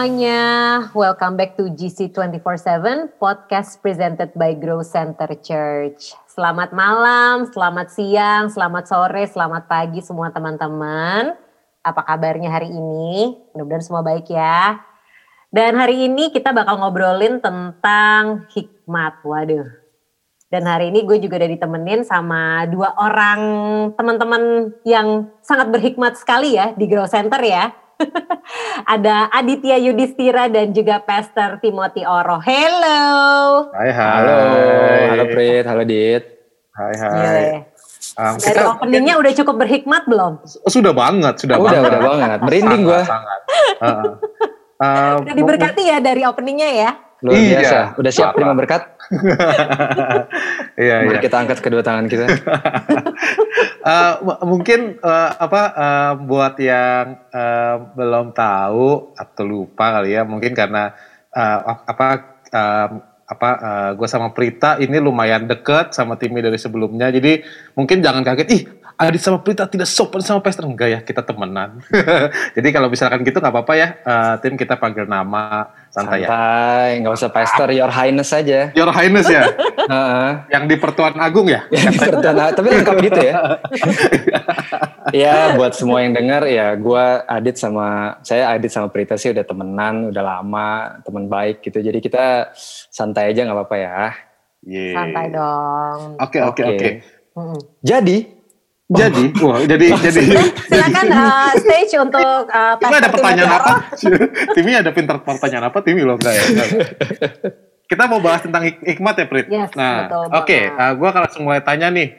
semuanya, welcome back to GC 24/7 podcast presented by Grow Center Church. Selamat malam, selamat siang, selamat sore, selamat pagi semua teman-teman. Apa kabarnya hari ini? Mudah-mudahan semua baik ya. Dan hari ini kita bakal ngobrolin tentang hikmat. Waduh. Dan hari ini gue juga udah ditemenin sama dua orang teman-teman yang sangat berhikmat sekali ya di Grow Center ya. Ada Aditya Yudhistira dan juga Pastor Timothy Oro. Hello. Hai. Halo Prit, halo Dit. Hai. Dari openingnya udah cukup berhikmat belum? Sudah banget. Udah banget. Merinding gue. Udah diberkati ya dari openingnya ya. Luar biasa. Udah siap terima berkat? Iya. Mari kita angkat kedua tangan kita. Mungkin buat yang belum tahu atau lupa kali ya, mungkin karena gue sama Prita ini lumayan deket sama Timmy dari sebelumnya, jadi mungkin jangan kaget, ih Adit sama Prita tidak sopan sama Pastor. Enggak ya, kita temenan. Jadi kalau misalkan gitu gak apa-apa ya, tim kita panggil nama santai ya. Santai, gak usah Pastor, Your Highness aja. Your Highness ya? Yang di Pertuan Agung ya? Yang di Pertuan Agung, tapi lengkap gitu ya. Ya buat semua yang dengar ya, saya Adit sama Prita sih udah temenan, udah lama, teman baik gitu. Jadi kita santai aja gak apa-apa ya. Yeah. Santai dong. Oke. Jadi silakan stage untuk Timmy ada pertanyaan apa? Timmy ada pertanyaan apa? Timmy loh enggak ya? Kita mau bahas tentang hikmat ya, Prit. Yes, nah, betul. Oke. Gue akan langsung mulai tanya nih,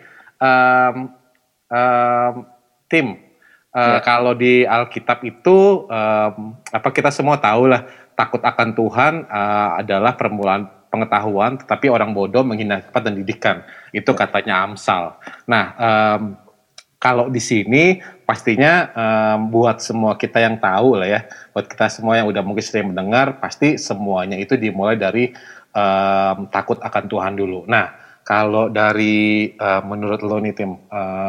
Tim. Kalau di Alkitab itu, kita semua tahu lah, takut akan Tuhan adalah permulaan pengetahuan, tetapi orang bodoh menghina hikmat dan didikan. Itu katanya Amsal. Nah, kalau di sini pastinya buat semua kita yang tahu lah ya, buat kita semua yang udah mungkin sering mendengar, pasti semuanya itu dimulai dari takut akan Tuhan dulu. Nah, kalau dari menurut lo nih Tim,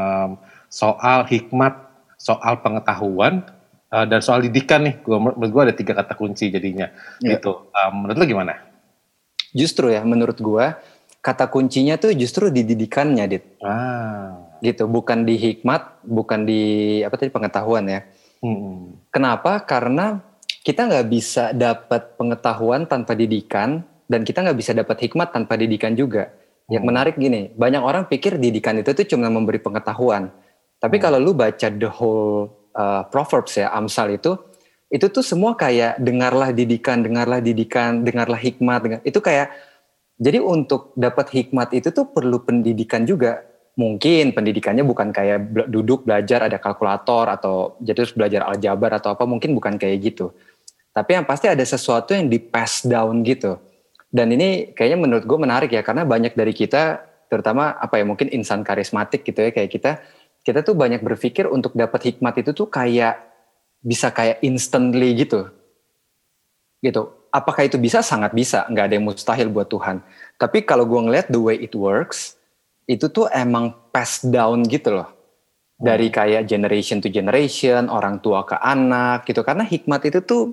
soal hikmat, soal pengetahuan, dan soal didikan nih, menurut gue ada 3 kata kunci jadinya. Gitu. Menurut lo gimana? Justru ya, menurut gue kata kuncinya tuh justru di didikannya, Dit. Gitu, bukan di hikmat, bukan di pengetahuan ya. Kenapa? Karena kita nggak bisa dapat pengetahuan tanpa didikan, dan kita nggak bisa dapat hikmat tanpa didikan juga. Yang menarik gini, banyak orang pikir didikan itu tuh cuma memberi pengetahuan. Tapi kalau lu baca the whole Proverbs ya, Amsal itu tuh semua kayak dengarlah didikan, dengarlah hikmat. Itu kayak, jadi untuk dapat hikmat itu tuh perlu pendidikan juga. Mungkin pendidikannya bukan kayak duduk belajar ada kalkulator atau jadi terus belajar aljabar atau apa, mungkin bukan kayak gitu. Tapi yang pasti ada sesuatu yang di pass down gitu. Dan ini kayaknya menurut gue menarik ya, karena banyak dari kita, terutama mungkin insan karismatik gitu ya, kayak kita tuh banyak berpikir untuk dapat hikmat itu tuh kayak bisa kayak instantly gitu. Apakah itu bisa? Sangat bisa, nggak ada yang mustahil buat Tuhan. Tapi kalau gue ngeliat the way it works, itu tuh emang pass down gitu loh. Dari kayak generation to generation, orang tua ke anak gitu. Karena hikmat itu tuh,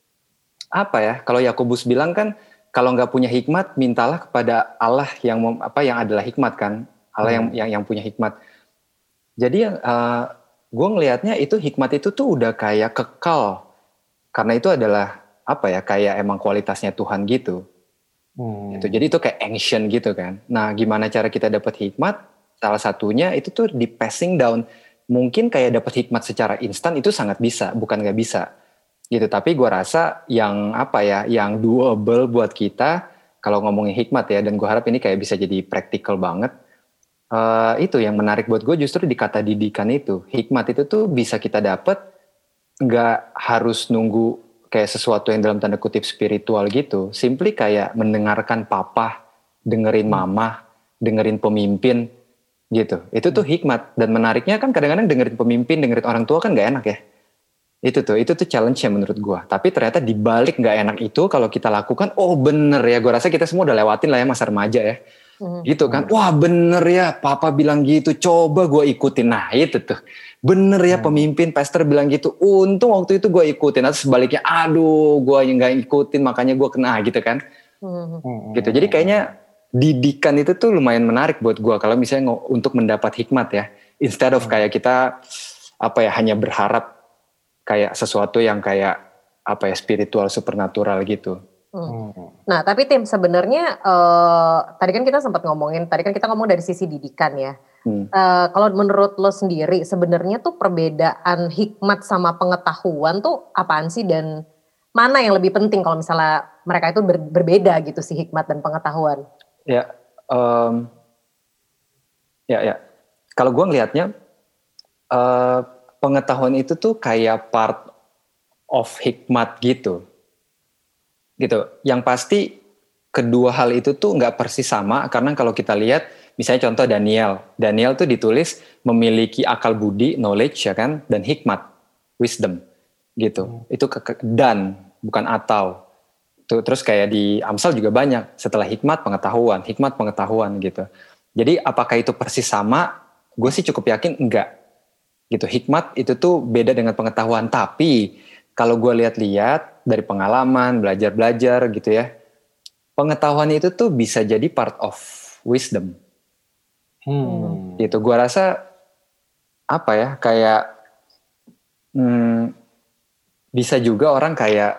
kalau Yakobus bilang kan, kalau nggak punya hikmat, mintalah kepada Allah yang adalah hikmat kan. Allah yang punya hikmat. Jadi gue ngelihatnya itu hikmat itu tuh udah kayak kekal. Karena itu adalah kayak emang kualitasnya Tuhan gitu. Jadi itu kayak ancient gitu kan. Nah, gimana cara kita dapat hikmat? Salah satunya itu tuh di passing down. Mungkin kayak dapat hikmat secara instan itu sangat bisa, bukan nggak bisa. Gitu. Tapi gue rasa yang yang doable buat kita kalau ngomongin hikmat ya, dan gue harap ini kayak bisa jadi practical banget. Itu yang menarik buat gue justru di kata didikan itu. Hikmat itu tuh bisa kita dapat, nggak harus nunggu kayak sesuatu yang dalam tanda kutip spiritual gitu. Simply kayak mendengarkan papa, dengerin mama, dengerin pemimpin gitu. Itu tuh hikmat. Dan menariknya kan kadang-kadang dengerin pemimpin, dengerin orang tua kan gak enak ya. Itu tuh challenge-nya menurut gue. Tapi ternyata dibalik gak enak itu kalau kita lakukan, oh bener ya, gue rasa kita semua udah lewatin lah ya masa remaja ya. Gitu kan, wah bener ya papa bilang gitu, coba gue ikutin. Nah itu tuh, bener ya pemimpin pastor bilang gitu, untung waktu itu gue ikutin. Atau sebaliknya, aduh gue yang gak ikutin makanya gue kena gitu kan. Gitu, jadi kayaknya didikan itu tuh lumayan menarik buat gue. Kalau misalnya untuk mendapat hikmat ya, instead of kayak kita hanya berharap kayak sesuatu yang kayak spiritual, supernatural gitu. Nah, tapi Tim sebenarnya tadi kan kita sempat ngomongin, tadi kan kita ngomong dari sisi didikan ya. Kalau menurut lo sendiri sebenarnya tuh perbedaan hikmat sama pengetahuan tuh apaan sih, dan mana yang lebih penting kalau misalnya mereka itu berbeda gitu sih, hikmat dan pengetahuan? Ya, kalau gue ngelihatnya pengetahuan itu tuh kayak part of hikmat gitu. Yang pasti kedua hal itu tuh nggak persis sama, karena kalau kita lihat misalnya contoh Daniel tuh ditulis memiliki akal budi, knowledge ya kan, dan hikmat, wisdom gitu. Itu dan bukan atau. Terus kayak di Amsal juga banyak, setelah hikmat pengetahuan gitu. Jadi apakah itu persis sama? Gue sih cukup yakin enggak gitu. Hikmat itu tuh beda dengan pengetahuan, tapi kalau gue lihat-lihat dari pengalaman, belajar gitu ya, pengetahuan itu tuh bisa jadi part of wisdom. Gitu. Gue rasa bisa juga orang kayak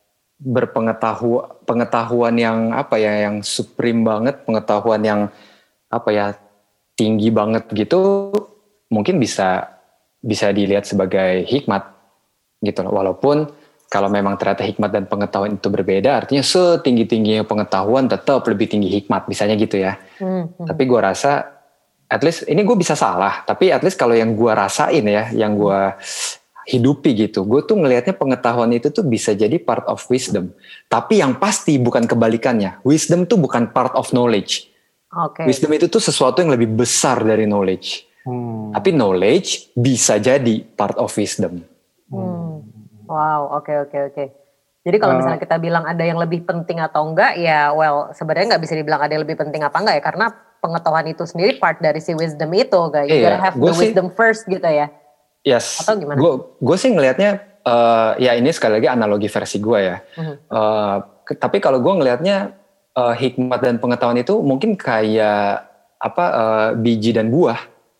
pengetahuan yang yang supreme banget, pengetahuan yang tinggi banget gitu, mungkin bisa dilihat sebagai hikmat gitu loh. Walaupun kalau memang ternyata hikmat dan pengetahuan itu berbeda, artinya setinggi-tingginya pengetahuan tetap lebih tinggi hikmat, misalnya gitu ya. Tapi gue rasa, at least ini gue bisa salah, tapi at least kalau yang gue rasain ya, yang gue hidupi gitu, gue tuh ngelihatnya pengetahuan itu tuh bisa jadi part of wisdom. Tapi yang pasti bukan kebalikannya. Wisdom tuh bukan part of knowledge. Wisdom itu tuh sesuatu yang lebih besar dari knowledge. Tapi knowledge bisa jadi part of wisdom. Wow, oke. Jadi kalau misalnya kita bilang ada yang lebih penting atau enggak, ya sebenarnya nggak bisa dibilang ada yang lebih penting apa enggak ya, karena pengetahuan itu sendiri part dari si wisdom itu, guys. You gotta have the wisdom first gitu ya. Yes. Atau gimana? Gue sih ngelihatnya, ya ini sekali lagi analogi versi gue ya. Tapi kalau gue ngelihatnya hikmat dan pengetahuan itu mungkin kayak biji dan buah.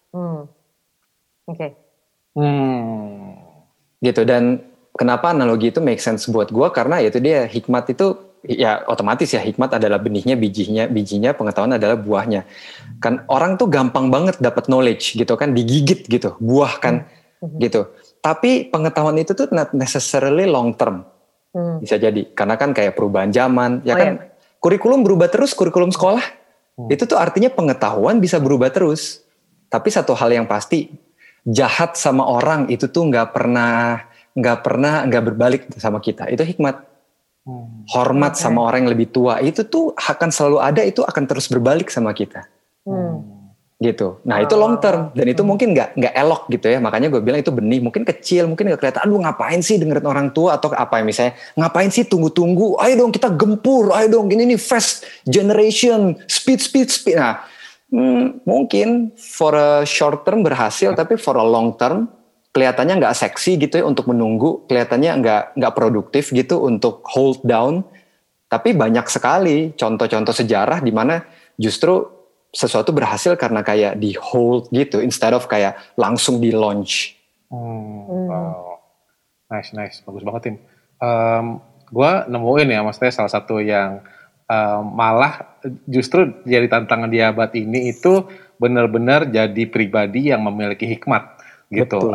Gitu. Dan kenapa analogi itu make sense buat gue, karena itu dia, hikmat itu ya otomatis ya, hikmat adalah benihnya, bijinya pengetahuan adalah buahnya. Kan orang tuh gampang banget dapat knowledge gitu kan, digigit gitu, buah kan gitu. Tapi pengetahuan itu tuh not necessarily long term. Bisa jadi karena kan kayak perubahan zaman ya kan. Kurikulum berubah terus, kurikulum sekolah. Itu tuh artinya pengetahuan bisa berubah terus. Tapi satu hal yang pasti, jahat sama orang itu tuh nggak berbalik sama kita. Itu hikmat. Hormat sama orang yang lebih tua itu tuh akan selalu ada, itu akan terus berbalik sama kita. Gitu. Nah itu long term, dan itu mungkin nggak elok gitu ya. Makanya gue bilang itu benih, mungkin kecil, mungkin nggak kelihatan. Aduh ngapain sih dengerin orang tua, atau apa ya, misalnya ngapain sih tunggu. Ayo dong kita gempur, ayo dong ini fast generation, speed. Nah mungkin for a short term berhasil, tapi for a long term kelihatannya nggak seksi gitu ya untuk menunggu, kelihatannya nggak produktif gitu untuk hold down. Tapi banyak sekali contoh-contoh sejarah di mana justru sesuatu berhasil karena kayak di hold gitu, instead of kayak langsung di launch. Wow. Nice, bagus banget Tim. Gue nemuin ya, maksudnya salah satu yang malah justru jadi tantangan di abad ini itu benar-benar jadi pribadi yang memiliki hikmat gitu.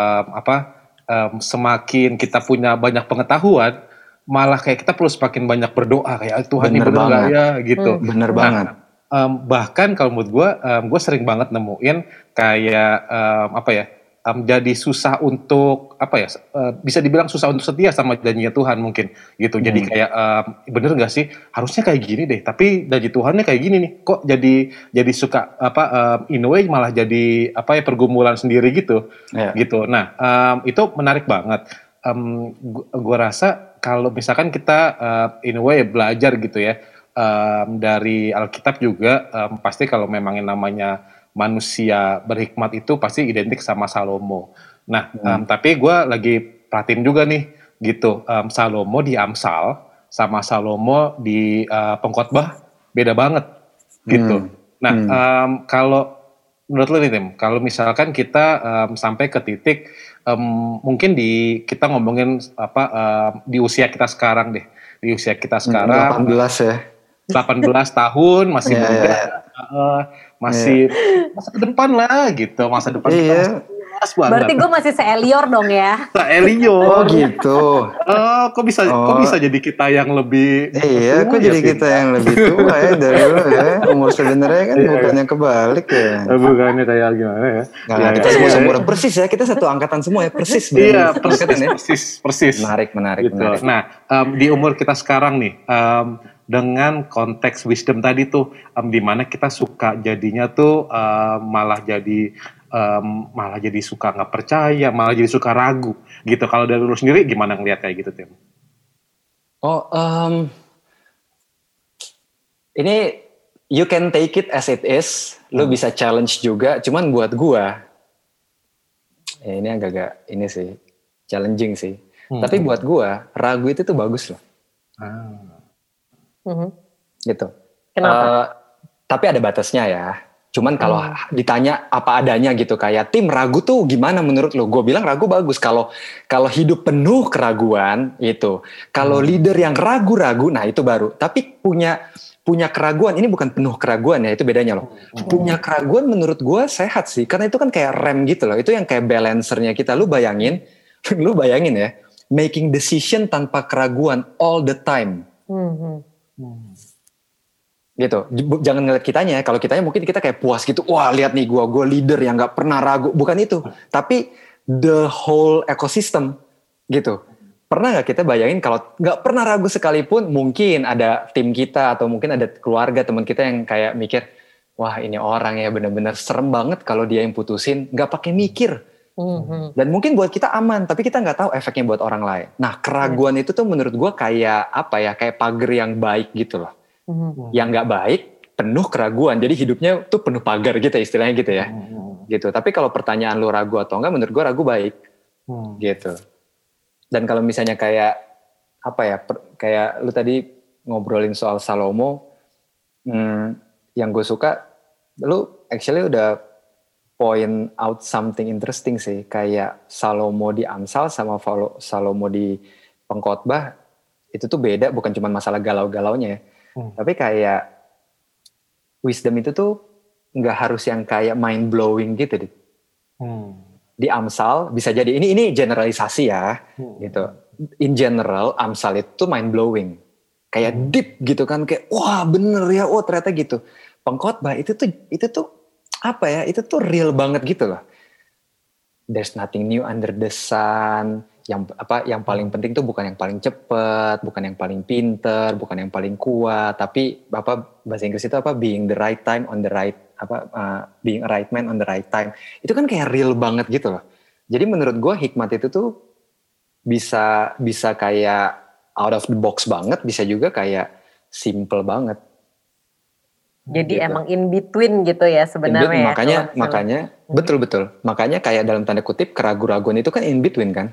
Semakin kita punya banyak pengetahuan, malah kayak kita perlu semakin banyak berdoa kayak Tuhan ini benar nggak ya gitu. Bener banget. Bahkan kalau menurut gue sering banget nemuin kayak jadi susah untuk bisa dibilang susah untuk setia sama janjinya Tuhan mungkin gitu. Jadi kayak bener nggak sih harusnya kayak gini deh, tapi janji Tuhannya kayak gini nih, kok jadi suka in a way malah jadi pergumulan sendiri gitu. Gitu. Nah itu menarik banget. Gue rasa kalau misalkan kita in a way belajar gitu ya dari Alkitab juga pasti kalau memang yang namanya manusia berhikmat itu pasti identik sama Salomo. Nah, tapi gue lagi perhatiin juga nih gitu, Salomo di Amsal sama Salomo di Pengkhotbah beda banget gitu. Nah, kalau menurut lo nih Tim, kalau misalkan kita sampai ke titik mungkin kita ngomongin di usia kita sekarang deh, di usia kita sekarang 18 ya. 18 tahun masih muda, masih masa ke depan lah gitu, masa depan kita masih luas banget. Berarti gue masih se-Elior dong ya? Se-Elior. Oh gitu. Kok bisa jadi kita yang lebih iya, kok jadi kita yang lebih tua ya dari dulu ya. Umur sebenarnya kan bukannya kebalik ya. Bukannya kayak gimana ya? Nah, kita semua seumuran persis ya. Kita satu angkatan semua ya, persis. Iya, persis. Menarik. Gitu. Nah, di umur kita sekarang nih, dengan konteks wisdom tadi tuh, di mana kita suka jadinya tuh malah jadi suka nggak percaya, malah jadi suka ragu gitu. Kalau dari lu sendiri gimana ngeliat kayak gitu, Tim? Ini you can take it as it is. Lu bisa challenge juga. Cuman buat gua, ini agak-agak ini sih challenging sih. Tapi buat gua ragu itu tuh bagus loh. Gitu. Kenapa? Tapi ada batasnya ya. Cuman kalau ditanya apa adanya gitu, kayak Tim, ragu tuh gimana menurut lo? Gue bilang ragu bagus. Kalau hidup penuh keraguan itu, kalau leader yang ragu-ragu, nah itu baru. Tapi punya keraguan, ini bukan penuh keraguan ya, itu bedanya loh. Punya keraguan menurut gue sehat sih, karena itu kan kayak rem gitu loh. Itu yang kayak balancernya kita. Lu bayangin ya, making decision tanpa keraguan all the time. Gitu, jangan ngeliat kitanya. Kalau kitanya mungkin kita kayak puas gitu, wah lihat nih gue leader yang nggak pernah ragu. Bukan itu, tapi the whole ecosystem gitu. Pernah nggak kita bayangin kalau nggak pernah ragu sekalipun, mungkin ada tim kita atau mungkin ada keluarga teman kita yang kayak mikir, wah ini orang ya benar-benar serem banget kalau dia yang putusin, nggak pakai mikir. Dan mungkin buat kita aman, tapi kita nggak tahu efeknya buat orang lain. Nah, keraguan itu tuh menurut gue kayak apa ya, kayak pagar yang baik gitu loh. Yang nggak baik penuh keraguan, jadi hidupnya tuh penuh pagar gitu istilahnya gitu ya. Gitu. Tapi kalau pertanyaan lu ragu atau enggak, menurut gue ragu baik. Gitu. Dan kalau misalnya kayak apa ya, kayak lu tadi ngobrolin soal Salomo, yang gue suka, lu actually udah point out something interesting sih, kayak Salomo di Amsal sama Salomo di Pengkhotbah itu tuh beda, bukan cuma masalah galau-galaunya ya, tapi kayak wisdom itu tuh nggak harus yang kayak mind blowing gitu deh. Di Amsal bisa jadi ini generalisasi ya, gitu. In general Amsal itu mind blowing, kayak deep gitu kan, kayak wah bener ya, oh ternyata gitu. Pengkhotbah itu tuh apa ya, itu tuh real banget gitu loh. There's nothing new under the sun. Yang paling penting tuh bukan yang paling cepat, bukan yang paling pinter, bukan yang paling kuat, tapi bahasa Inggris itu being the right time on the right being a right man on the right time. Itu kan kayak real banget gitu loh. Jadi menurut gue hikmat itu tuh bisa kayak out of the box banget, bisa juga kayak simple banget. Jadi gitu. emang in between gitu ya sebenarnya. Makanya betul. Makanya kayak dalam tanda kutip keraguan-raguan itu kan in between kan,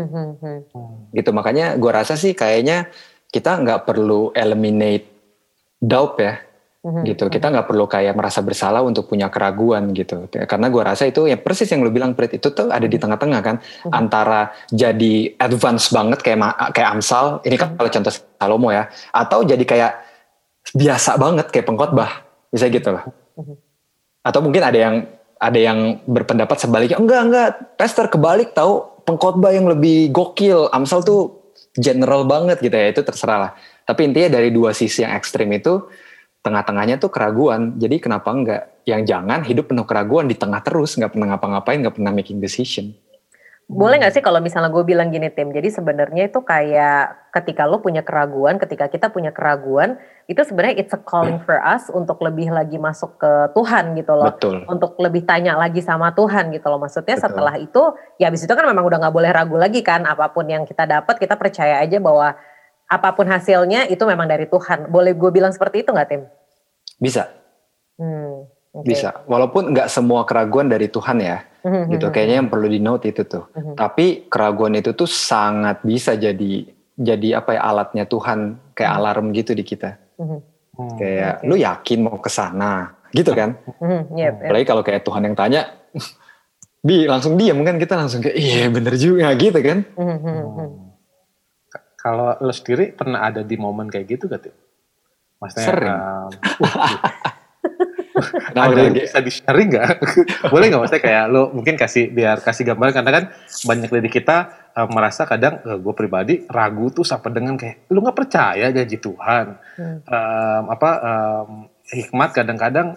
gitu. Makanya gue rasa sih kayaknya kita nggak perlu eliminate doubt ya, gitu. Kita nggak perlu kayak merasa bersalah untuk punya keraguan gitu. Karena gue rasa itu ya persis yang lu bilang, Prit, itu tuh ada di tengah-tengah kan, antara jadi advance banget kayak Amsal, ini kan kalau contoh Salomo ya, atau jadi kayak biasa banget kayak Pengkhotbah, bisa gitu lah. Atau mungkin ada yang berpendapat sebaliknya, enggak, Pastor kebalik tahu, Pengkhotbah yang lebih gokil, Amsal tuh general banget gitu ya, itu terserah lah. Tapi intinya dari dua sisi yang ekstrim itu, tengah-tengahnya tuh keraguan. Jadi kenapa enggak? Yang jangan hidup penuh keraguan di tengah terus, nggak pernah ngapa-ngapain, nggak pernah making decision. Boleh gak sih kalau misalnya gue bilang gini, Tim, jadi sebenarnya itu kayak ketika lo punya keraguan, ketika kita punya keraguan, itu sebenarnya it's a calling for us untuk lebih lagi masuk ke Tuhan gitu loh. Betul. Untuk lebih tanya lagi sama Tuhan gitu loh. Maksudnya setelah itu, ya abis itu kan memang udah gak boleh ragu lagi kan, apapun yang kita dapat kita percaya aja bahwa apapun hasilnya itu memang dari Tuhan. Boleh gue bilang seperti itu nggak, Tim? Bisa. Okay. Bisa. Walaupun nggak semua keraguan dari Tuhan ya. Gitu. Kayaknya yang perlu di note itu tuh. Tapi keraguan itu tuh sangat bisa jadi apa ya, alatnya Tuhan, kayak alarm gitu di kita. Kayak lu yakin mau ke sana gitu kan. Apalagi kalau kayak Tuhan yang tanya, langsung diam kan, kita langsung kayak iya bener juga gitu kan. Kalau lo sendiri pernah ada di momen kayak gitu gak tuh? Maksudnya sering. Ada yang bisa di-sharing gak? Boleh gak? Maksudnya kayak lo mungkin kasih gambaran, karena kan banyak dari kita merasa kadang gue pribadi ragu tuh sampai dengan kayak lu gak percaya janji Tuhan. Hikmat kadang-kadang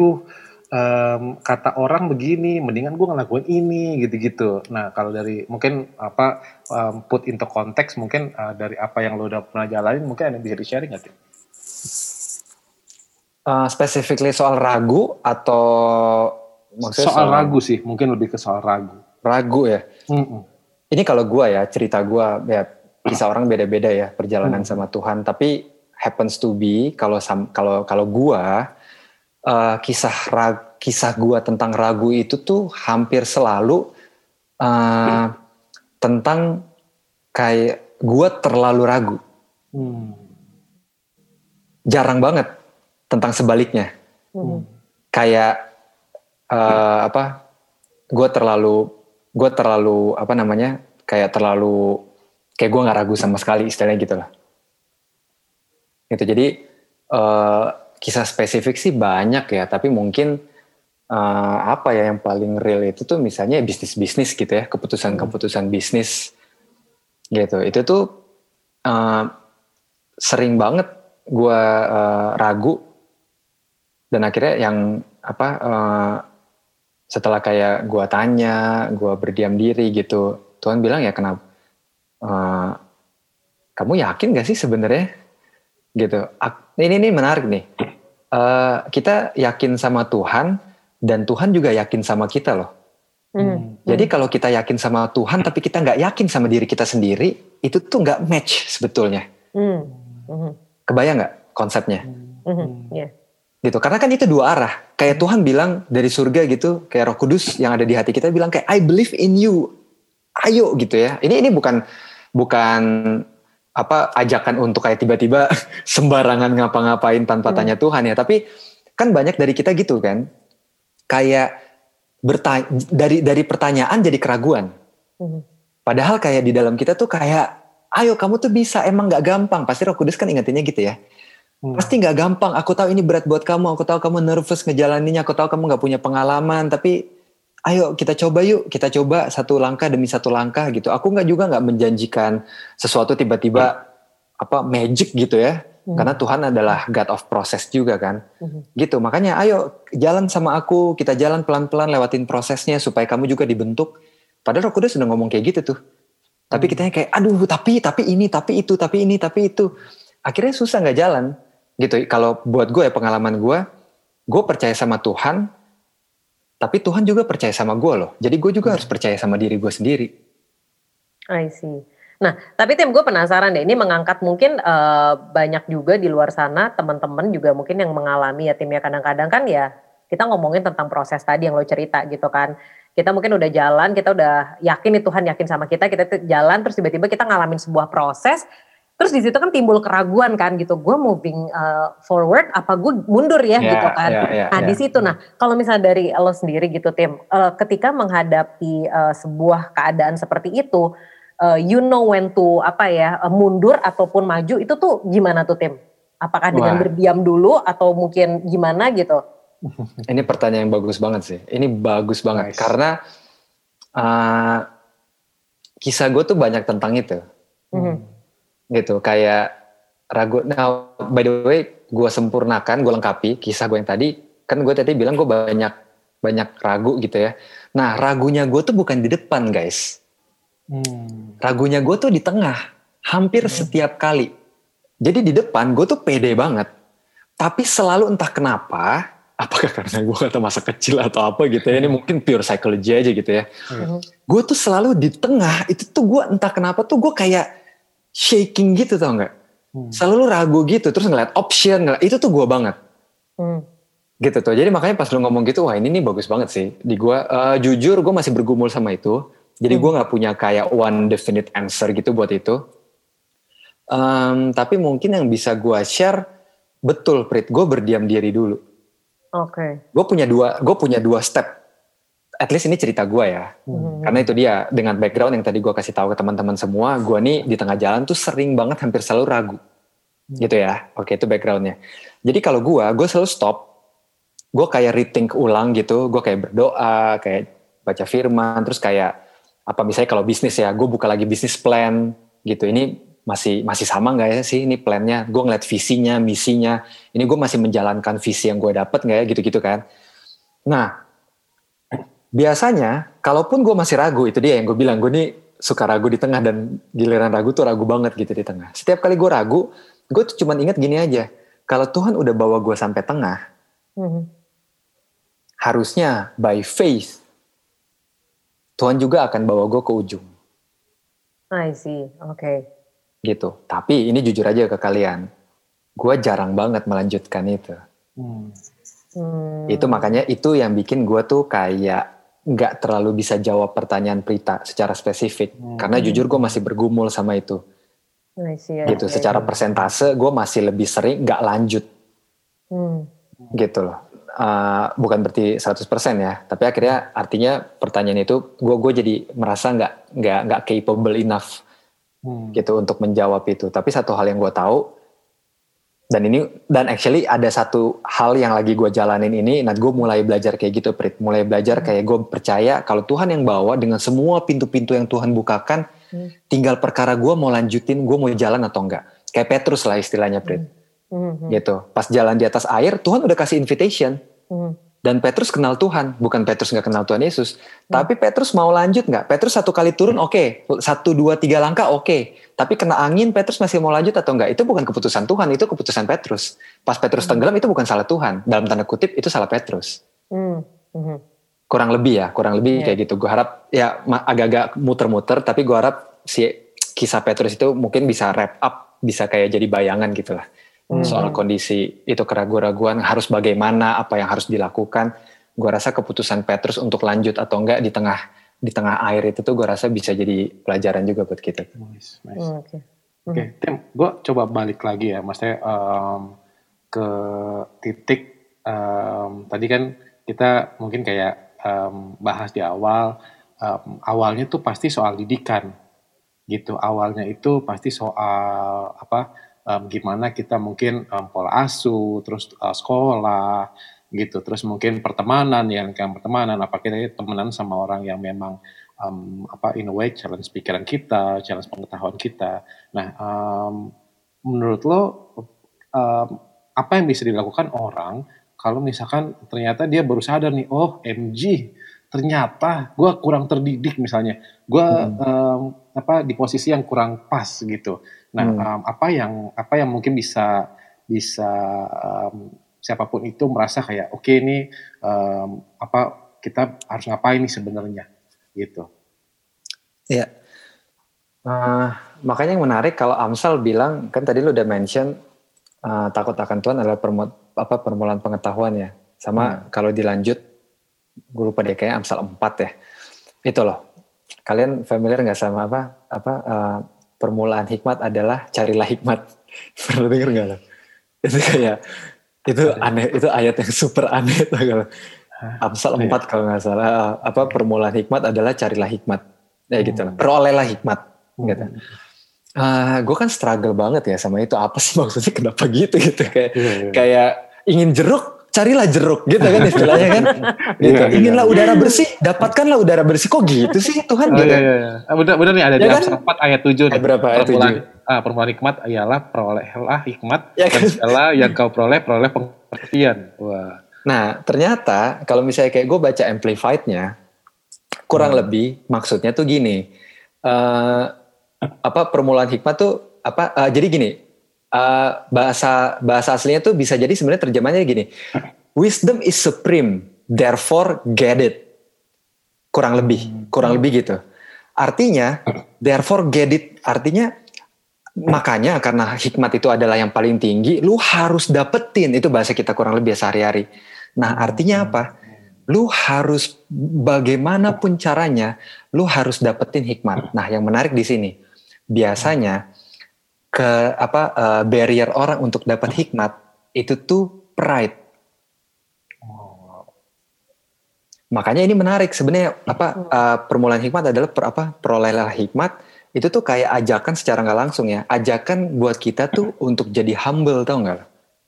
kata orang begini, mendingan gue ngelakuin ini gitu-gitu. Nah kalau dari mungkin put into konteks mungkin dari apa yang lo udah pernah jalanin, mungkin ada yang bisa di-sharing gak tuh? Specifically soal ragu atau maksudnya soal ragu sih, mungkin lebih ke soal ragu. Ragu ya. Ini kalau gue ya, cerita gue ya, kisah orang beda-beda ya perjalanan sama Tuhan. Tapi happens to be kalau gue kisah gue tentang ragu itu tuh hampir selalu tentang kayak gue terlalu ragu. Jarang banget tentang sebaliknya. Kayak gue terlalu kayak gue nggak ragu sama sekali, istilahnya gitu lah. Gitu. Jadi kisah spesifik sih banyak ya, tapi mungkin yang paling real itu tuh misalnya bisnis gitu ya, keputusan bisnis gitu. Itu tuh sering banget gue ragu, dan akhirnya yang setelah kayak gue tanya, gue berdiam diri gitu, Tuhan bilang ya kenapa? Kamu yakin gak sih sebenarnya? Gitu. Ini menarik nih. Kita yakin sama Tuhan dan Tuhan juga yakin sama kita loh. Jadi kalau kita yakin sama Tuhan tapi kita nggak yakin sama diri kita sendiri, itu tuh nggak match sebetulnya. Kebayang nggak konsepnya? Yeah. Gitu. Karena kan itu dua arah. Kayak Tuhan bilang dari surga gitu, kayak Roh Kudus yang ada di hati kita bilang kayak I believe in you. Ayo gitu ya. Ini bukan ajakan untuk kayak tiba-tiba sembarangan ngapa-ngapain tanpa tanya Tuhan ya. Tapi kan banyak dari kita gitu kan. Kayak dari pertanyaan jadi keraguan. Padahal kayak di dalam kita tuh kayak ayo kamu tuh bisa, emang gak gampang. Pasti Roh Kudus kan ingetinnya gitu ya. Pasti gak gampang, aku tahu ini berat buat kamu, aku tahu kamu nervous ngejalaninnya, aku tahu kamu gak punya pengalaman, tapi ayo kita coba yuk, kita coba satu langkah demi satu langkah gitu. Aku gak menjanjikan sesuatu tiba-tiba magic gitu ya, karena Tuhan adalah God of process juga kan. Gitu, makanya ayo jalan sama aku, kita jalan pelan-pelan lewatin prosesnya supaya kamu juga dibentuk. Padahal Roh Kudus sudah ngomong kayak gitu tuh. Tapi kitanya kayak aduh tapi ini, tapi itu, tapi ini, tapi itu. Akhirnya susah gak jalan. Gitu, kalau buat gue ya, pengalaman gue percaya sama Tuhan, tapi Tuhan juga percaya sama gue loh. Jadi gue juga harus percaya sama diri gue sendiri. I see. Nah, tapi Tim, gue penasaran deh, ini mengangkat mungkin banyak juga di luar sana, teman-teman juga mungkin yang mengalami ya Tim ya, kadang-kadang kan ya, kita ngomongin tentang proses tadi yang lo cerita gitu kan. Kita mungkin udah jalan, kita udah yakin nih Tuhan yakin sama kita jalan, terus tiba-tiba kita ngalamin sebuah proses, terus di situ kan timbul keraguan kan gitu, gue moving forward apa gue mundur ya gitu kan. Di situ, nah kalau misalnya dari lo sendiri gitu Tim, ketika menghadapi sebuah keadaan seperti itu, you know when to mundur ataupun maju, itu tuh gimana tuh Tim? Apakah dengan berdiam dulu atau mungkin gimana gitu? Ini pertanyaan yang bagus banget sih. Ini bagus banget. Nice. Karena kisah gue tuh banyak tentang itu. Gitu, kayak ragu. Nah, by the way, gue sempurnakan, gue lengkapi kisah gue yang tadi. Kan gue tadi bilang gue banyak ragu gitu ya. Nah, ragunya gue tuh bukan di depan, guys. Ragunya gue tuh di tengah. Hampir setiap kali. Jadi di depan gue tuh pede banget. Tapi selalu entah kenapa, apakah karena gue kata masa kecil atau apa gitu ya, ini mungkin pure psychology aja gitu ya. Gue tuh selalu di tengah, itu tuh gue entah kenapa tuh gue kayak shaking gitu, tau gak? Selalu ragu gitu, terus ngeliat option, itu tuh gue banget. Gitu tuh, jadi makanya pas lu ngomong gitu, wah ini nih bagus banget sih. Di gue, jujur gue masih bergumul sama itu. Jadi gue gak punya kayak one definite answer gitu buat itu. Tapi mungkin yang bisa gue share, betul Prit, gue berdiam diri dulu. Gue punya dua step. At least ini cerita gue ya. Karena itu dia, dengan background yang tadi gue kasih tahu ke teman-teman semua, gue nih di tengah jalan tuh sering banget hampir selalu ragu. Gitu ya. Oke, itu backgroundnya. Jadi kalau gue selalu stop. Gue kayak rethink ulang gitu. Gue kayak berdoa, kayak baca firman. Terus kayak, apa misalnya kalau bisnis ya, gue buka lagi bisnis plan gitu. Ini masih sama gak ya sih ini plannya? Gue ngeliat visinya, misinya. Ini gue masih menjalankan visi yang gue dapet gak ya gitu-gitu kan. Nah, biasanya, kalaupun gue masih ragu, itu dia yang gue bilang, gue nih suka ragu di tengah dan giliran ragu tuh ragu banget gitu di tengah. Setiap kali gue ragu, gue tuh cuma ingat gini aja, kalau Tuhan udah bawa gue sampai tengah, harusnya by faith, Tuhan juga akan bawa gue ke ujung. I see, Gitu. Tapi ini jujur aja ke kalian, gue jarang banget melanjutkan itu. Itu makanya itu yang bikin gue tuh kayak nggak terlalu bisa jawab pertanyaan Prita secara spesifik karena jujur gue masih bergumul sama itu. Gitu. Secara persentase gue masih lebih sering nggak lanjut. Gitu loh. Bukan berarti 100% ya, tapi akhirnya artinya pertanyaan itu gue jadi merasa nggak capable enough gitu untuk menjawab itu. Tapi satu hal yang gue tahu, dan actually ada satu hal yang lagi gue jalanin ini, nah gue mulai belajar kayak gitu Prit, mulai belajar kayak gue percaya kalau Tuhan yang bawa dengan semua pintu-pintu yang Tuhan bukakan, tinggal perkara gue mau lanjutin, gue mau jalan atau enggak, kayak Petrus lah istilahnya Prit, gitu, pas jalan di atas air Tuhan udah kasih invitation, dan Petrus kenal Tuhan, bukan Petrus gak kenal Tuhan Yesus, tapi Petrus mau lanjut gak? Petrus satu kali turun oke. 1, 2, 3 langkah oke. Tapi kena angin Petrus masih mau lanjut atau enggak? Itu bukan keputusan Tuhan, itu keputusan Petrus. Pas Petrus tenggelam itu bukan salah Tuhan, dalam tanda kutip itu salah Petrus. Kurang lebih kayak gitu. Gue harap ya agak-agak muter-muter, tapi gue harap si kisah Petrus itu mungkin bisa wrap up, bisa kayak jadi bayangan gitu lah. Soal kondisi itu, keraguan-raguan harus bagaimana, apa yang harus dilakukan. Gue rasa keputusan Petrus untuk lanjut atau enggak di tengah air itu tuh gue rasa bisa jadi pelajaran juga buat kita. Nice. Oke, Tim, gue coba balik lagi ya, maksudnya ke titik tadi kan kita mungkin kayak bahas di awal, awalnya tuh pasti soal didikan, gitu. Awalnya itu pasti soal gimana kita mungkin pola asuh, terus sekolah, gitu. Terus mungkin pertemanan, apa kita temenan sama orang yang memang in a way challenge pikiran kita, challenge pengetahuan kita. Nah, menurut lo apa yang bisa dilakukan orang kalau misalkan ternyata dia baru sadar nih, oh MG, ternyata gue kurang terdidik misalnya, gue di posisi yang kurang pas gitu. Nah, apa yang mungkin bisa siapapun itu merasa kayak oke, ini kita harus ngapain nih sebenarnya gitu. Iya. Makanya yang menarik kalau Amsal bilang, kan tadi lu udah mention takut akan Tuhan adalah permulaan pengetahuan ya. Sama kalau dilanjut, gue lupa deh kayaknya Amsal 4 ya. Itu loh. Kalian familiar nggak sama permulaan hikmat adalah carilah hikmat. Pernah denger nggak lo? Itu kayak itu aneh, itu ayat yang super aneh tuh kalau Amsal 4 kalau nggak salah. Permulaan hikmat adalah carilah hikmat. Ya gitu lah. Perolehlah hikmat. Gitu. Gue kan struggle banget ya sama itu. Apa sih maksudnya, kenapa gitu kayak ingin jeruk, carilah jeruk gitu kan istilahnya kan. Gitu. Inginlah udara bersih, dapatkanlah udara bersih. Kok gitu sih Tuhan gitu. Benar nih, ada di Amsal 4 ayat 7 nih. Berapa ayat 7? Permulaan hikmat ialah perolehlah hikmat, ya kan? Dan segala yang kau peroleh pengertian. Wah. Nah, ternyata kalau misalnya kayak gue baca Amplified-nya, kurang lebih maksudnya tuh gini. Permulaan hikmat tuh jadi gini, bahasa aslinya tuh bisa jadi sebenarnya terjemahannya gini, wisdom is supreme, therefore get it. Kurang lebih gitu. Artinya therefore get it, artinya Makanya karena hikmat itu adalah yang paling tinggi, lu harus dapetin, itu bahasa kita kurang lebih sehari-hari. Nah artinya apa? Lu harus bagaimanapun caranya, lu harus dapetin hikmat. Nah yang menarik di sini, biasanya barrier orang untuk dapat hikmat itu tuh pride. Makanya ini menarik sebenarnya permulaan hikmat adalah perolehlah hikmat. Itu tuh kayak ajakan secara nggak langsung ya, ajakan buat kita tuh untuk jadi humble, tau nggak?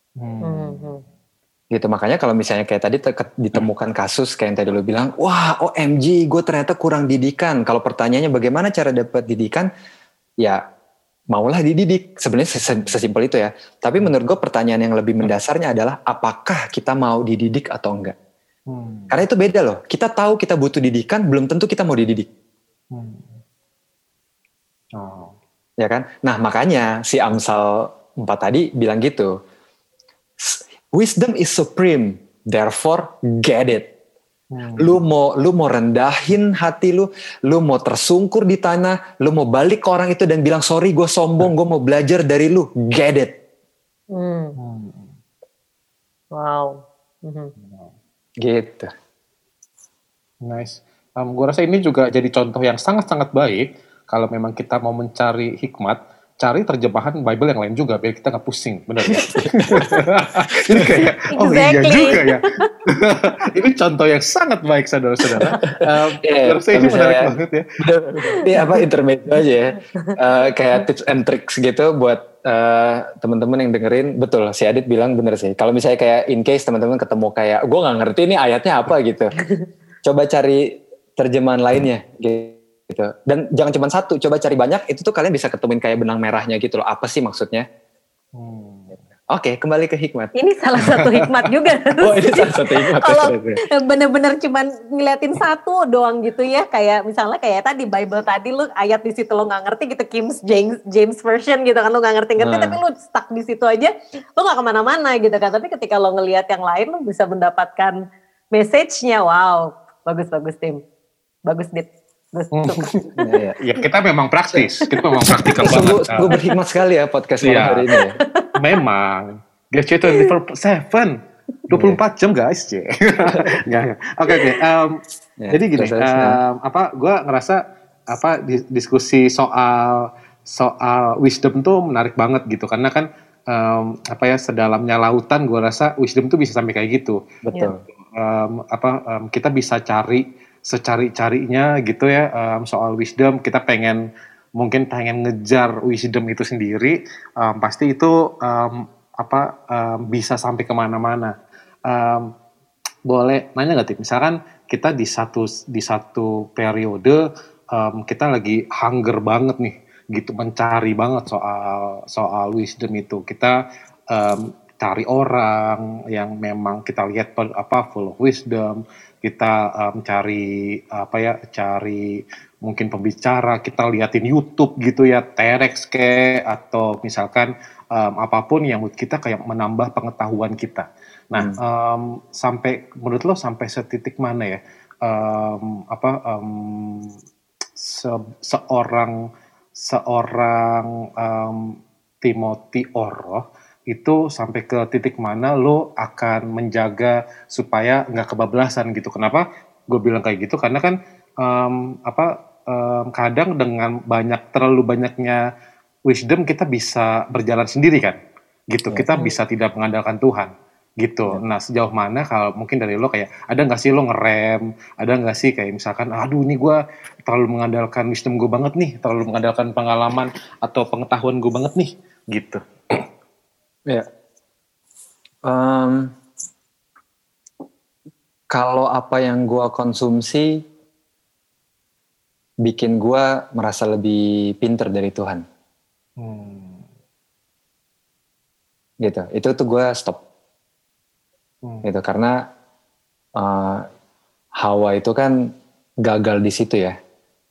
Gitu. Makanya kalau misalnya kayak tadi ditemukan kasus kayak yang tadi lo bilang, wah OMG gue ternyata kurang didikan. Kalau pertanyaannya bagaimana cara dapat didikan, ya maulah dididik. Sebenarnya sesimpel itu ya. Tapi menurut gue pertanyaan yang lebih mendasarnya adalah apakah kita mau dididik atau enggak? Karena itu beda loh. Kita tahu kita butuh didikan, belum tentu kita mau dididik. Ya kan? Nah makanya si Amsal 4 tadi bilang gitu. Wisdom is supreme, therefore get it. Lu mau rendahin hati lu mau tersungkur di tanah, lu mau balik ke orang itu dan bilang sorry gue sombong, gue mau belajar dari lu, get it. Wow. Gitu. Nice. Gue rasa ini juga jadi contoh yang sangat-sangat baik. Kalau memang kita mau mencari hikmat, cari terjemahan Bible yang lain juga, biar kita nggak pusing, benar ya? Jadi kayak, oh iya juga ya. Ini contoh yang sangat baik, saudara-saudara. Saya ini menarik banget ya. Ini intermezzo aja ya. Kayak tips and tricks gitu buat teman-teman yang dengerin. Betul, si Adit bilang bener sih. Kalau misalnya kayak in case teman-teman ketemu kayak, gue nggak ngerti ini ayatnya apa gitu. Coba cari terjemahan lainnya gitu. Dan jangan cuma satu, coba cari banyak, itu tuh kalian bisa ketemuin kayak benang merahnya gitu loh. Apa sih maksudnya? Oke, kembali ke hikmat. Ini salah satu hikmat juga. Ini salah satu hikmat. Kalau bener-bener cuma ngeliatin satu doang gitu ya, kayak misalnya kayak tadi Bible tadi lu ayat di situ lo nggak ngerti gitu, King James version gitu kan, lo nggak ngerti-ngerti tapi lu stuck di situ aja, lo nggak kemana-mana gitu kan. Tapi ketika lo ngelihat yang lain, lo bisa mendapatkan message-nya. Wow, bagus Tim, bagus Dit. Ya kita memang praktis, kita memang praktikal banget. Gue berhikmat sekali ya podcast hari ini. Ya. Memang, GC 24/7, 24 jam guys. Oke. Jadi gini, gue ngerasa diskusi soal wisdom tuh menarik banget gitu, karena kan sedalamnya lautan, gue rasa wisdom tuh bisa sampai kayak gitu. Betul. Kita bisa cari secari-carinya gitu ya, soal wisdom. Kita mungkin pengen ngejar wisdom itu sendiri, pasti itu bisa sampai kemana-mana. Boleh nanya nggak Tim? Misalkan kita di satu periode kita lagi hunger banget nih, gitu, mencari banget soal wisdom itu. Kita cari orang yang memang kita lihat full of wisdom. Kita cari mungkin pembicara, kita liatin YouTube gitu ya, TEDx atau misalkan apapun yang menurut kita kayak menambah pengetahuan kita. Nah, menurut lo sampai setitik mana ya seorang Timothy Orroh itu sampai ke titik mana lo akan menjaga supaya nggak kebablasan gitu. Kenapa gue bilang kayak gitu? Karena kan kadang dengan terlalu banyaknya wisdom kita bisa berjalan sendiri kan, gitu. Kita bisa tidak mengandalkan Tuhan, gitu. Nah sejauh mana kalau mungkin dari lo kayak ada nggak sih lo ngerem? Ada nggak sih kayak misalkan, aduh ini gue terlalu mengandalkan wisdom gue banget nih, terlalu mengandalkan pengalaman atau pengetahuan gue banget nih, gitu. Ya, kalau apa yang gue konsumsi bikin gue merasa lebih pinter dari Tuhan, gitu. Itu tuh gue stop, gitu. Karena Hawa itu kan gagal di situ ya,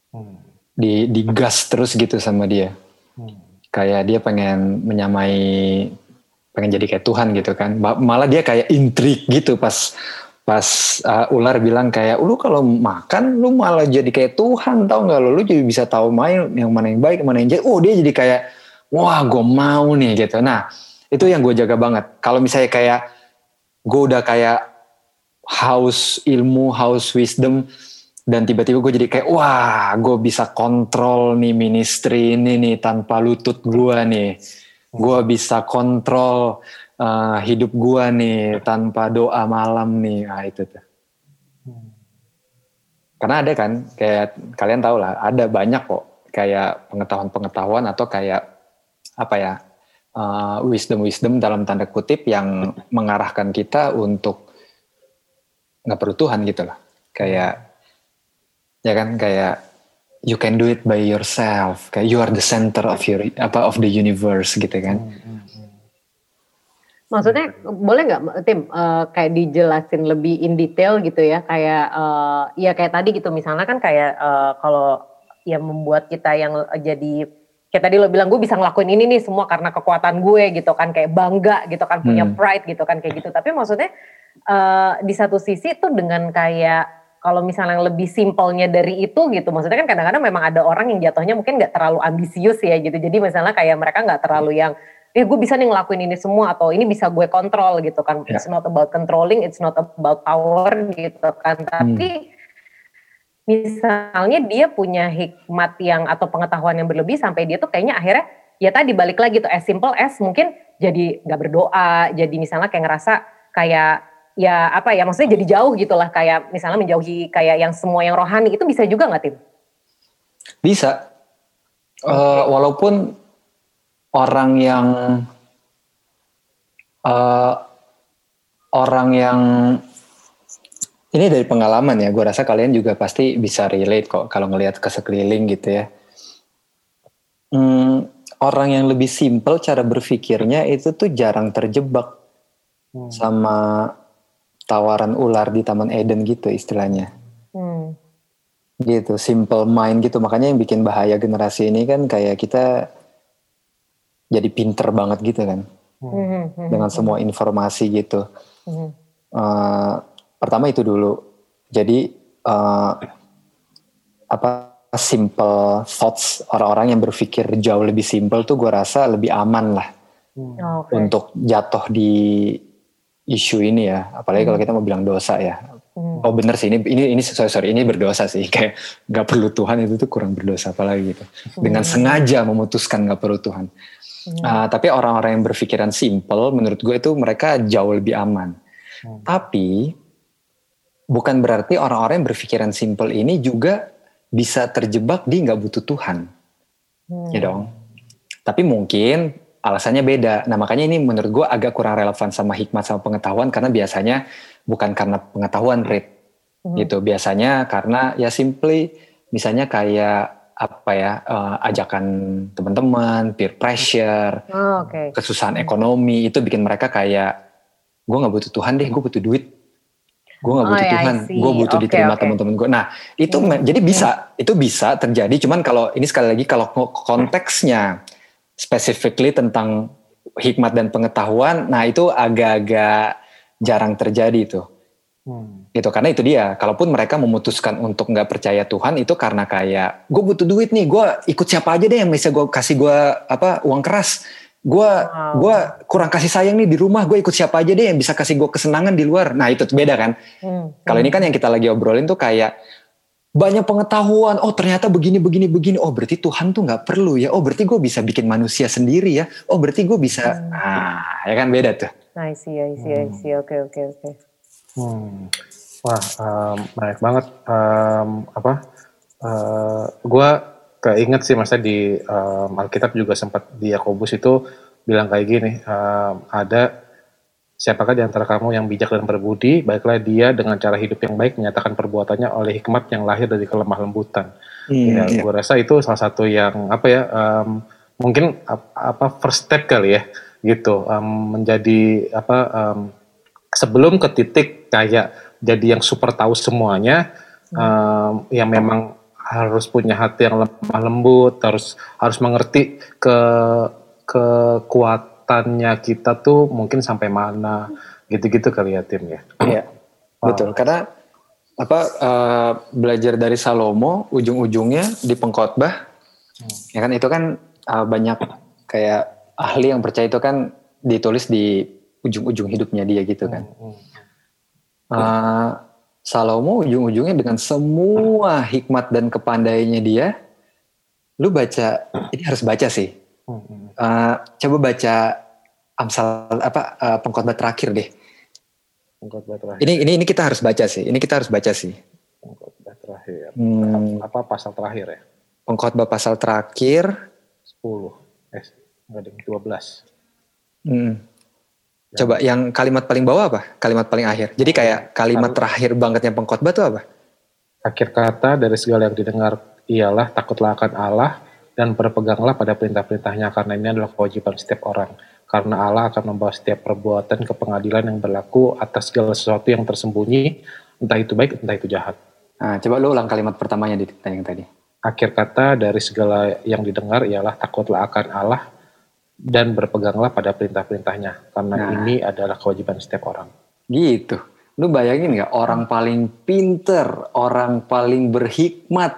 digas terus gitu sama dia, kayak dia pengen pengen jadi kayak Tuhan gitu kan. Malah dia kayak intrik gitu pas ular bilang kayak lu kalau makan lu malah jadi kayak Tuhan, tau nggak lu jadi bisa tahu yang mana yang baik mana yang jahat. Dia jadi kayak wah gue mau nih gitu. Nah itu yang gue jaga banget. Kalau misalnya kayak gue udah kayak haus ilmu, haus wisdom, dan tiba-tiba gue jadi kayak wah gue bisa kontrol nih ministry ini nih tanpa lutut gue nih. Gue bisa kontrol hidup gue nih tanpa doa malam nih. Nah itu tuh. Karena ada kan, kayak kalian tahu lah, ada banyak kok kayak pengetahuan-pengetahuan atau kayak apa ya, wisdom dalam tanda kutip yang mengarahkan kita untuk nggak perlu Tuhan gitu loh. Kayak ya kan, kayak you can do it by yourself, kayak you are the center of the universe gitu kan. Maksudnya boleh nggak Tim kayak dijelasin lebih in detail gitu ya, kayak ya kayak tadi gitu misalnya kan kayak kalau yang membuat kita yang jadi kayak tadi lo bilang gue bisa ngelakuin ini nih semua karena kekuatan gue gitu kan, kayak bangga gitu kan, punya pride gitu kan kayak gitu. Tapi maksudnya di satu sisi tuh dengan kayak kalau misalnya yang lebih simpelnya dari itu gitu, maksudnya kan kadang-kadang memang ada orang yang jatuhnya mungkin nggak terlalu ambisius ya gitu. Jadi misalnya kayak mereka nggak terlalu yang gue bisa nih ngelakuin ini semua atau ini bisa gue kontrol gitu kan. It's not about controlling, it's not about power gitu kan. Tapi misalnya dia punya hikmat yang atau pengetahuan yang berlebih sampai dia tuh kayaknya akhirnya ya tadi balik lagi tuh as simple as mungkin jadi gak berdoa, jadi misalnya kayak ngerasa kayak ya apa ya maksudnya jadi jauh gitulah, kayak misalnya menjauhi kayak yang semua yang rohani. Itu bisa juga gak Tim? Bisa. Walaupun orang yang ini dari pengalaman ya, gue rasa kalian juga pasti bisa relate kok kalau ngelihat ke sekeliling gitu ya. Orang yang lebih simple cara berpikirnya itu tuh jarang terjebak sama tawaran ular di Taman Eden gitu istilahnya. Gitu, simple mind gitu. Makanya yang bikin bahaya generasi ini kan kayak kita jadi pinter banget gitu kan. Dengan semua informasi gitu. Pertama itu dulu. Jadi simple thoughts, orang-orang yang berpikir jauh lebih simple tuh gue rasa lebih aman lah untuk jatuh di isu ini ya. Apalagi kalau kita mau bilang dosa ya. Oh bener sih, ini sorry ini berdosa sih, kayak nggak perlu Tuhan itu tuh kurang berdosa apalagi gitu. Dengan sengaja memutuskan nggak perlu Tuhan. Tapi orang-orang yang berpikiran simple, menurut gue itu mereka jauh lebih aman. Tapi bukan berarti orang-orang yang berpikiran simple ini juga bisa terjebak di nggak butuh Tuhan, ya dong. Tapi mungkin alasannya beda. Nah makanya ini menurut gue agak kurang relevan sama hikmat sama pengetahuan, karena biasanya bukan karena pengetahuan, gitu. Biasanya karena ya simply, misalnya kayak apa ya, ajakan teman-teman, peer pressure, kesusahan ekonomi itu bikin mereka kayak gue nggak butuh Tuhan deh, gue butuh duit. Gue gak butuh Tuhan, gue butuh diterima teman-teman gue. Nah itu jadi itu bisa terjadi. Cuman kalau ini sekali lagi kalau konteksnya specifically tentang hikmat dan pengetahuan, nah itu agak-agak jarang terjadi tuh. Gitu, karena itu dia. Kalaupun mereka memutuskan untuk gak percaya Tuhan itu karena kayak gue butuh duit nih, gue ikut siapa aja deh yang bisa gue kasih gue uang keras. Gue kurang kasih sayang nih di rumah, gue ikut siapa aja deh yang bisa kasih gue kesenangan di luar. Nah itu beda kan. Kalau ini kan yang kita lagi obrolin tuh kayak banyak pengetahuan. Oh ternyata begini. Oh berarti Tuhan tuh nggak perlu ya. Oh berarti gue bisa bikin manusia sendiri ya. Oh berarti gue bisa. Ya kan beda tuh. I see. Oke. Wah menarik banget. Gue keinget sih masa di Alkitab juga sempat di Yakobus itu bilang kayak gini, ada siapakah di antara kamu yang bijak dan berbudi, baiklah dia dengan cara hidup yang baik menyatakan perbuatannya oleh hikmat yang lahir dari kelemah lembutan. Gue rasa itu salah satu yang mungkin first step kali ya gitu, menjadi sebelum ke titik kayak jadi yang super tahu semuanya, yang memang harus punya hati yang lemah lembut, harus mengerti kekuatannya kita tuh mungkin sampai mana, gitu-gitu kali ya Tim ya. Iya, betul. Karena belajar dari Salomo, ujung-ujungnya di Pengkhotbah, ya kan itu kan banyak kayak ahli yang percaya itu kan ditulis di ujung-ujung hidupnya dia gitu kan. Salomo ujung-ujungnya dengan semua hikmat dan kepandaiannya dia, lu baca, ini harus baca sih. Coba baca Amsal pengkhotbah terakhir deh. Pengkhotbah terakhir. Ini kita harus baca sih. Pengkhotbah terakhir. Apa pasal terakhir ya? Pengkhotbah pasal terakhir 10. Enggak ada 12. Coba yang kalimat paling bawah apa? Kalimat paling akhir. Jadi kayak kalimat terakhir bangetnya pengkhotbah itu apa? Akhir kata dari segala yang didengar ialah takutlah akan Allah dan berpeganglah pada perintah-perintahnya, karena ini adalah kewajiban setiap orang. Karena Allah akan membawa setiap perbuatan ke pengadilan yang berlaku atas segala sesuatu yang tersembunyi, entah itu baik, entah itu jahat. Nah, coba lu ulang kalimat pertamanya di yang tadi. Akhir kata dari segala yang didengar ialah takutlah akan Allah dan berpeganglah pada perintah-perintahnya, karena ini adalah kewajiban setiap orang. Gitu. Lu bayangin gak orang paling pinter, orang paling berhikmat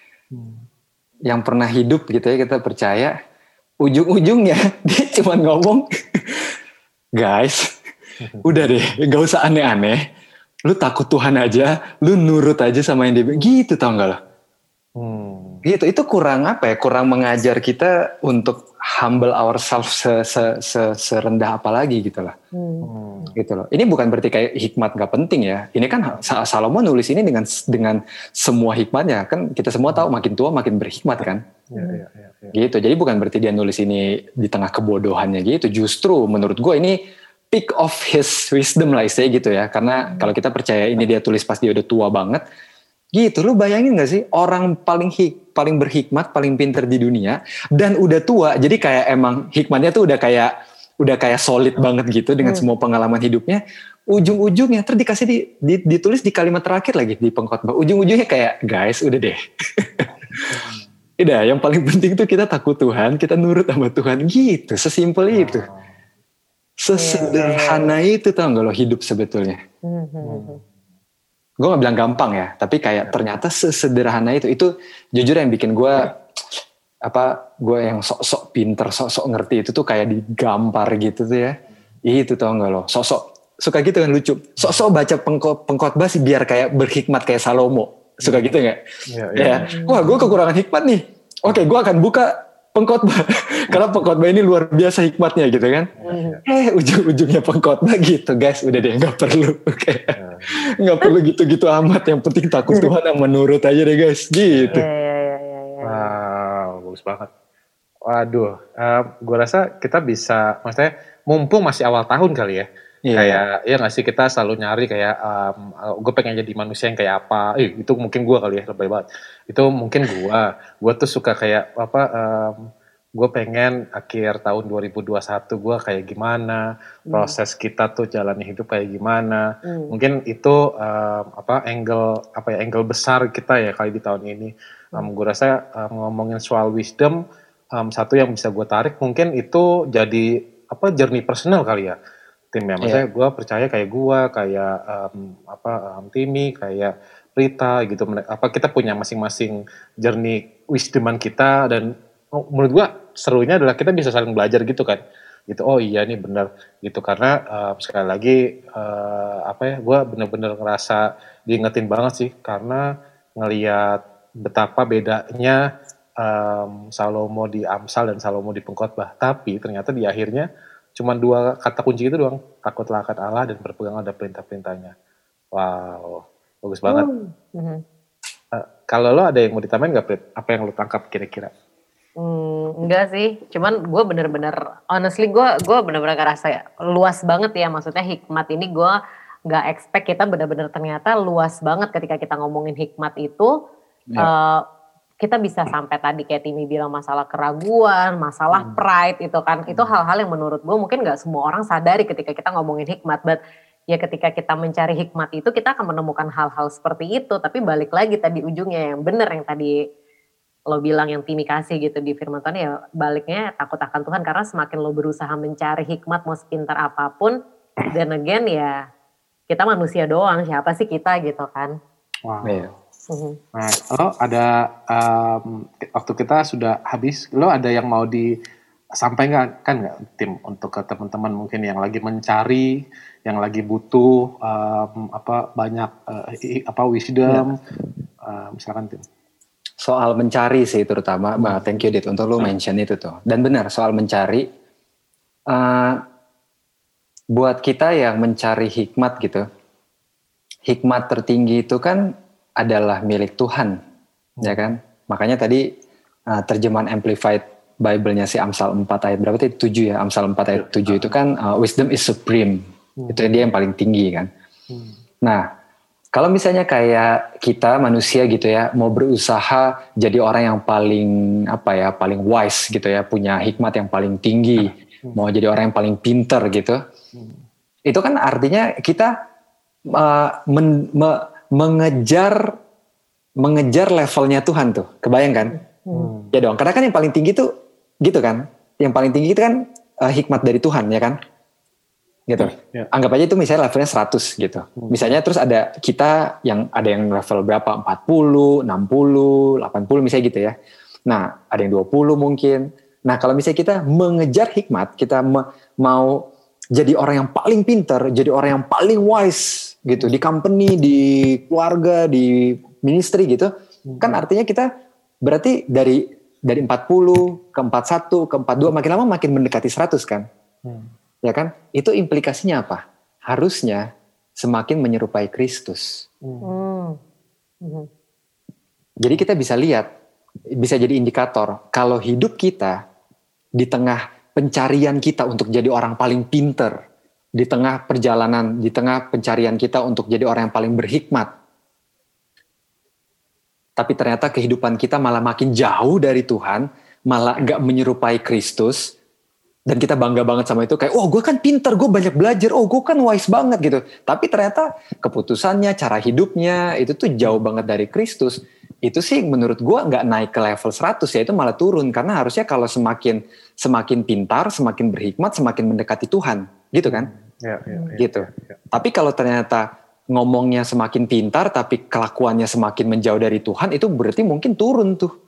yang pernah hidup gitu ya, kita percaya, ujung-ujungnya dia cuma ngomong, guys, udah deh, gak usah aneh-aneh, lu takut Tuhan aja, lu nurut aja sama yang dia bilang, gitu, tau gak lo? Gitu, itu kurang kurang mengajar kita untuk humble ourselves serendah apa lagi gitu lah. Gitu loh. Ini bukan berarti kayak hikmat gak penting ya. Ini kan Salomo nulis ini dengan semua hikmatnya. Kan kita semua tahu makin tua makin berhikmat kan. Gitu. Jadi bukan berarti dia nulis ini di tengah kebodohannya gitu. Justru menurut gue ini peak of his wisdom lah istilahnya gitu ya. Karena kalau kita percaya ini dia tulis pas dia udah tua banget. Gitu, lu bayangin gak sih orang paling berhikmat, paling pinter di dunia dan udah tua, jadi kayak emang hikmatnya tuh udah kayak solid banget gitu dengan semua pengalaman hidupnya. Ujung-ujungnya dikasih ditulis di kalimat terakhir lagi di pengkhotbah. Ujung-ujungnya kayak guys, udah deh. Udah, yang paling penting tuh kita takut Tuhan, kita nurut sama Tuhan gitu, sesimpel itu. Sesederhana itu tau gak lo hidup sebetulnya. Gue gak bilang gampang ya, tapi kayak ternyata sesederhana itu jujur yang bikin gue yang sok-sok pinter, sok-sok ngerti itu tuh kayak digampar gitu tuh ya. Itu tau gak lo, sok-sok suka gitu kan, lucu, sok-sok baca pengkhotbah sih biar kayak berhikmat kayak Salomo, suka gitu gak? Ya. Wah, gue kekurangan hikmat nih, oke gue akan buka pengkhotbah karena pengkhotbah ini luar biasa hikmatnya gitu kan. Ujung-ujungnya pengkhotbah gitu guys, udah deh nggak perlu nggak perlu gitu-gitu amat, yang penting takut Tuhan dan menurut aja deh guys gitu. Wow, bagus banget. Waduh, gue rasa kita bisa, maksudnya mumpung masih awal tahun kali ya. Kayak ya nggak sih, kita selalu nyari kayak gue pengen jadi manusia yang kayak apa, itu mungkin gue kali ya, lebih banget itu mungkin gue tuh suka kayak gue pengen akhir tahun 2021 gue kayak gimana, proses kita tuh jalani hidup kayak gimana. Mungkin itu angle besar kita ya kali di tahun ini. Gue rasa ngomongin soal wisdom, satu yang bisa gue tarik mungkin itu jadi journey personal kali ya. Tim ya, maksudnya gue percaya kayak gue, kayak Timi, kayak Rita gitu, kita punya masing-masing journey wisdoman kita, dan menurut gue serunya adalah kita bisa saling belajar gitu kan, gitu. Oh iya nih benar gitu, karena sekali lagi gue bener-bener ngerasa diingetin banget sih, karena ngelihat betapa bedanya Salomo di Amsal dan Salomo di Pengkhotbah, tapi ternyata di akhirnya cuma 2 kata kunci itu doang, takutlah akan Allah dan berpeganglah pada perintah-perintahnya. Wow, bagus banget. Kalau lo ada yang mau ditambahin nggak, Prit? Apa yang lo tangkap kira-kira? Enggak sih, cuman gue bener-bener, honestly gue bener-bener ngerasa luas banget ya, maksudnya hikmat ini gue nggak expect kita bener-bener ternyata luas banget ketika kita ngomongin hikmat itu. Kita bisa sampai tadi kayak Timi bilang masalah keraguan, masalah pride itu kan, itu hal-hal yang menurut gue mungkin gak semua orang sadari ketika kita ngomongin hikmat, but ya ketika kita mencari hikmat itu kita akan menemukan hal-hal seperti itu. Tapi balik lagi tadi ujungnya yang bener yang tadi lo bilang, yang Timi kasih gitu di firman Tuhan, ya baliknya takut akan Tuhan, karena semakin lo berusaha mencari hikmat mau sepintar apapun, then again ya kita manusia doang, siapa sih kita gitu kan. Wow. Nah, lo ada waktu kita sudah habis, lo ada yang mau sampai nggak tim untuk ke teman-teman mungkin yang lagi mencari, yang lagi butuh banyak wisdom, misalkan tim. Soal mencari sih terutama, thank you Dit untuk lu mention itu tuh. Dan benar soal mencari, buat kita yang mencari hikmat gitu, hikmat tertinggi itu kan adalah milik Tuhan, ya kan? Makanya tadi terjemahan Amplified Bible-nya si Amsal 4 ayat berapa tadi? 7 ya, Amsal 4 ayat 7 itu kan wisdom is supreme, itu dia yang paling tinggi kan. Nah, kalau misalnya kayak kita manusia gitu ya, mau berusaha jadi orang yang paling wise gitu ya, punya hikmat yang paling tinggi, mau jadi orang yang paling pinter gitu, itu kan artinya kita mengejar levelnya Tuhan tuh, kebayang kan? Ya dong, karena kan yang paling tinggi tuh gitu kan, yang paling tinggi itu kan hikmat dari Tuhan ya kan? Gitu. Yeah. Anggap aja itu misalnya levelnya 100 gitu. Misalnya terus ada kita yang ada yang level berapa? 40, 60, 80 misalnya gitu ya. Nah, ada yang 20 mungkin. Nah, kalau misalnya kita mengejar hikmat, kita mau jadi orang yang paling pintar, jadi orang yang paling wise gitu di company, di keluarga, di ministry gitu. Kan artinya kita berarti dari 40 ke 41 ke 42 makin lama makin mendekati 100 kan? Ya kan? Itu implikasinya apa? Harusnya semakin menyerupai Kristus. Jadi kita bisa lihat, bisa jadi indikator kalau hidup kita di tengah pencarian kita untuk jadi orang paling pinter, di tengah perjalanan, di tengah pencarian kita untuk jadi orang yang paling berhikmat, tapi ternyata kehidupan kita malah makin jauh dari Tuhan, malah gak menyerupai Kristus, dan kita bangga banget sama itu, kayak, oh gue kan pinter, gue banyak belajar, oh gue kan wise banget gitu. Tapi ternyata keputusannya, cara hidupnya, itu tuh jauh banget dari Kristus. Itu sih menurut gue gak naik ke level 100 ya, itu malah turun. Karena harusnya kalau semakin pintar, semakin berhikmat, semakin mendekati Tuhan. Gitu kan? Gitu. Tapi kalau ternyata ngomongnya semakin pintar, tapi kelakuannya semakin menjauh dari Tuhan, itu berarti mungkin turun tuh.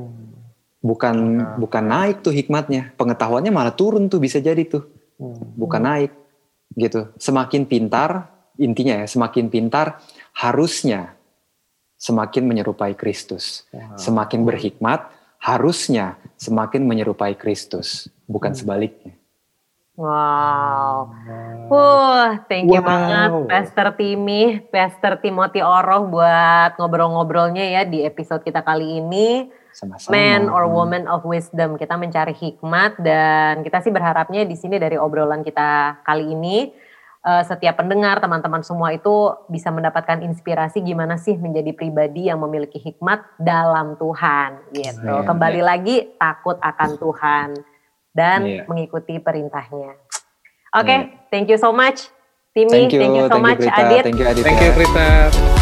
Bukan naik tuh hikmatnya, pengetahuannya malah turun tuh, bisa jadi tuh, bukan naik gitu. Semakin pintar, intinya ya, semakin pintar harusnya semakin menyerupai Kristus. Semakin berhikmat harusnya semakin menyerupai Kristus, bukan sebaliknya. Wow, thank you banget Pastor Timothy Oroh buat ngobrol-ngobrolnya ya di episode kita kali ini. Sama-sama. Man or woman of wisdom, kita mencari hikmat, dan kita sih berharapnya di sini dari obrolan kita kali ini, setiap pendengar, teman-teman semua itu bisa mendapatkan inspirasi gimana sih menjadi pribadi yang memiliki hikmat dalam Tuhan gitu. Kembali lagi takut akan Tuhan dan mengikuti perintahnya. Oke, thank you so much Timmy, thank you so much Adit. Thank you Adit. Thank you Prita.